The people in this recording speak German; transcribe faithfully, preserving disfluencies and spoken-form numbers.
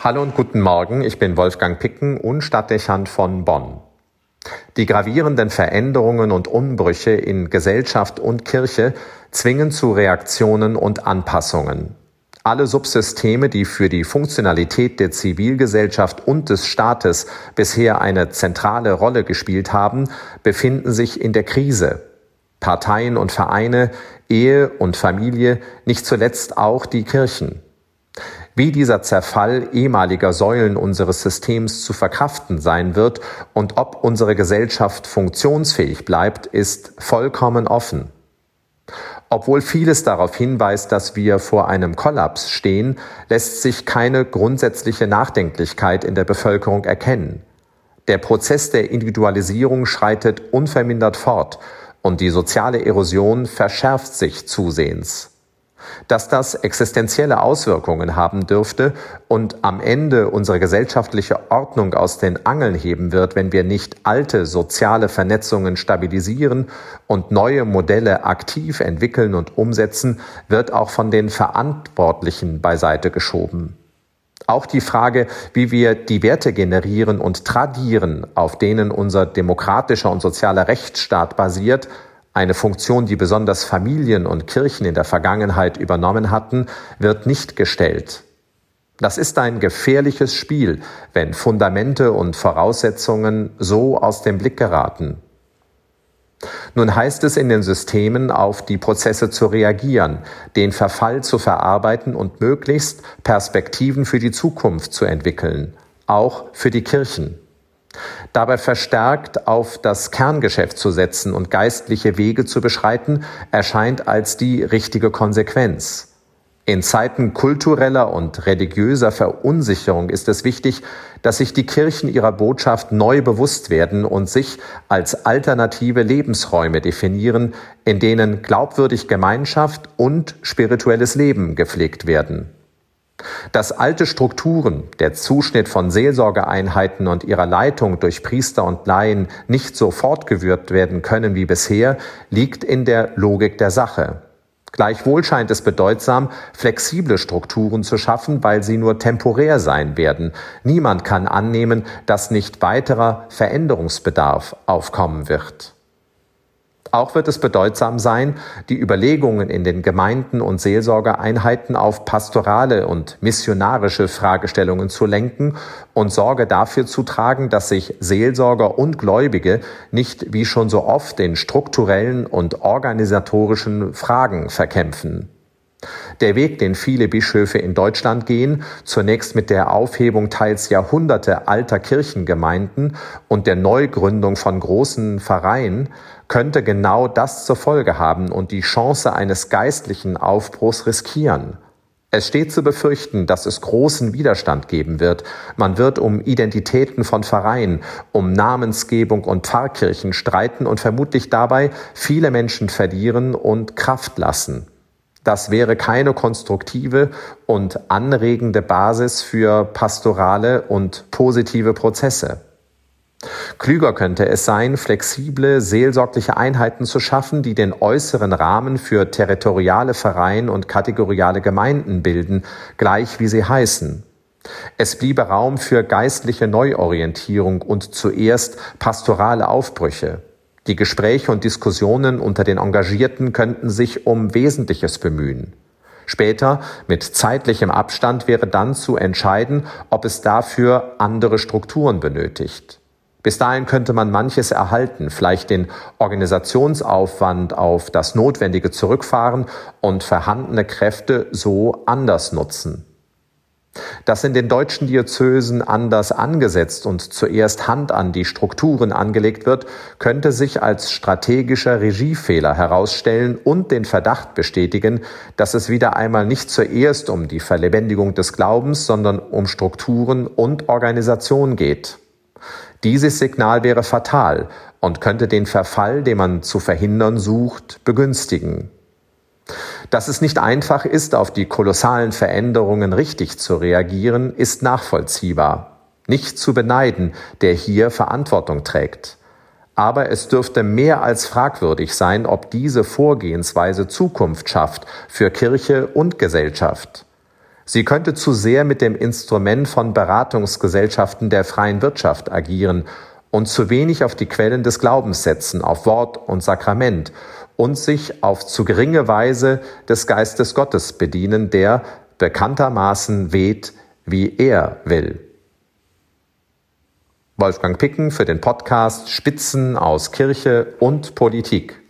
Hallo und guten Morgen, ich bin Wolfgang Picken und Stadtdechant von Bonn. Die gravierenden Veränderungen und Umbrüche in Gesellschaft und Kirche zwingen zu Reaktionen und Anpassungen. Alle Subsysteme, die für die Funktionalität der Zivilgesellschaft und des Staates bisher eine zentrale Rolle gespielt haben, befinden sich in der Krise. Parteien und Vereine, Ehe und Familie, nicht zuletzt auch die Kirchen. Wie dieser Zerfall ehemaliger Säulen unseres Systems zu verkraften sein wird und ob unsere Gesellschaft funktionsfähig bleibt, ist vollkommen offen. Obwohl vieles darauf hinweist, dass wir vor einem Kollaps stehen, lässt sich keine grundsätzliche Nachdenklichkeit in der Bevölkerung erkennen. Der Prozess der Individualisierung schreitet unvermindert fort und die soziale Erosion verschärft sich zusehends. Dass das existenzielle Auswirkungen haben dürfte und am Ende unsere gesellschaftliche Ordnung aus den Angeln heben wird, wenn wir nicht alte soziale Vernetzungen stabilisieren und neue Modelle aktiv entwickeln und umsetzen, wird auch von den Verantwortlichen beiseite geschoben. Auch die Frage, wie wir die Werte generieren und tradieren, auf denen unser demokratischer und sozialer Rechtsstaat basiert, eine Funktion, die besonders Familien und Kirchen in der Vergangenheit übernommen hatten, wird nicht gestellt. Das ist ein gefährliches Spiel, wenn Fundamente und Voraussetzungen so aus dem Blick geraten. Nun heißt es in den Systemen, auf die Prozesse zu reagieren, den Verfall zu verarbeiten und möglichst Perspektiven für die Zukunft zu entwickeln, auch für die Kirchen. Dabei verstärkt auf das Kerngeschäft zu setzen und geistliche Wege zu beschreiten, erscheint als die richtige Konsequenz. In Zeiten kultureller und religiöser Verunsicherung ist es wichtig, dass sich die Kirchen ihrer Botschaft neu bewusst werden und sich als alternative Lebensräume definieren, in denen glaubwürdig Gemeinschaft und spirituelles Leben gepflegt werden. Dass alte Strukturen, der Zuschnitt von Seelsorgeeinheiten und ihrer Leitung durch Priester und Laien nicht so fortgeführt werden können wie bisher, liegt in der Logik der Sache. Gleichwohl scheint es bedeutsam, flexible Strukturen zu schaffen, weil sie nur temporär sein werden. Niemand kann annehmen, dass nicht weiterer Veränderungsbedarf aufkommen wird. Auch wird es bedeutsam sein, die Überlegungen in den Gemeinden und Seelsorgeeinheiten auf pastorale und missionarische Fragestellungen zu lenken und Sorge dafür zu tragen, dass sich Seelsorger und Gläubige nicht wie schon so oft in strukturellen und organisatorischen Fragen verkämpfen. Der Weg, den viele Bischöfe in Deutschland gehen, zunächst mit der Aufhebung teils Jahrhunderte alter Kirchengemeinden und der Neugründung von großen Pfarreien, könnte genau das zur Folge haben und die Chance eines geistlichen Aufbruchs riskieren. Es steht zu befürchten, dass es großen Widerstand geben wird. Man wird um Identitäten von Pfarreien, um Namensgebung und Pfarrkirchen streiten und vermutlich dabei viele Menschen verlieren und Kraft lassen. Das wäre keine konstruktive und anregende Basis für pastorale und positive Prozesse. Klüger könnte es sein, flexible, seelsorgliche Einheiten zu schaffen, die den äußeren Rahmen für territoriale Pfarreien und kategoriale Gemeinden bilden, gleich wie sie heißen. Es bliebe Raum für geistliche Neuorientierung und zuerst pastorale Aufbrüche. Die Gespräche und Diskussionen unter den Engagierten könnten sich um Wesentliches bemühen. Später, mit zeitlichem Abstand, wäre dann zu entscheiden, ob es dafür andere Strukturen benötigt. Bis dahin könnte man manches erhalten, vielleicht den Organisationsaufwand auf das Notwendige zurückfahren und vorhandene Kräfte so anders nutzen. Dass in den deutschen Diözesen anders angesetzt und zuerst Hand an die Strukturen angelegt wird, könnte sich als strategischer Regiefehler herausstellen und den Verdacht bestätigen, dass es wieder einmal nicht zuerst um die Verlebendigung des Glaubens, sondern um Strukturen und Organisation geht. Dieses Signal wäre fatal und könnte den Verfall, den man zu verhindern sucht, begünstigen. Dass es nicht einfach ist, auf die kolossalen Veränderungen richtig zu reagieren, ist nachvollziehbar. Nicht zu beneiden, der hier Verantwortung trägt. Aber es dürfte mehr als fragwürdig sein, ob diese Vorgehensweise Zukunft schafft für Kirche und Gesellschaft. Sie könnte zu sehr mit dem Instrument von Beratungsgesellschaften der freien Wirtschaft agieren und zu wenig auf die Quellen des Glaubens setzen, auf Wort und Sakrament, und sich auf zu geringe Weise des Geistes Gottes bedienen, der bekanntermaßen weht, wie er will. Wolfgang Picken für den Podcast Spitzen aus Kirche und Politik.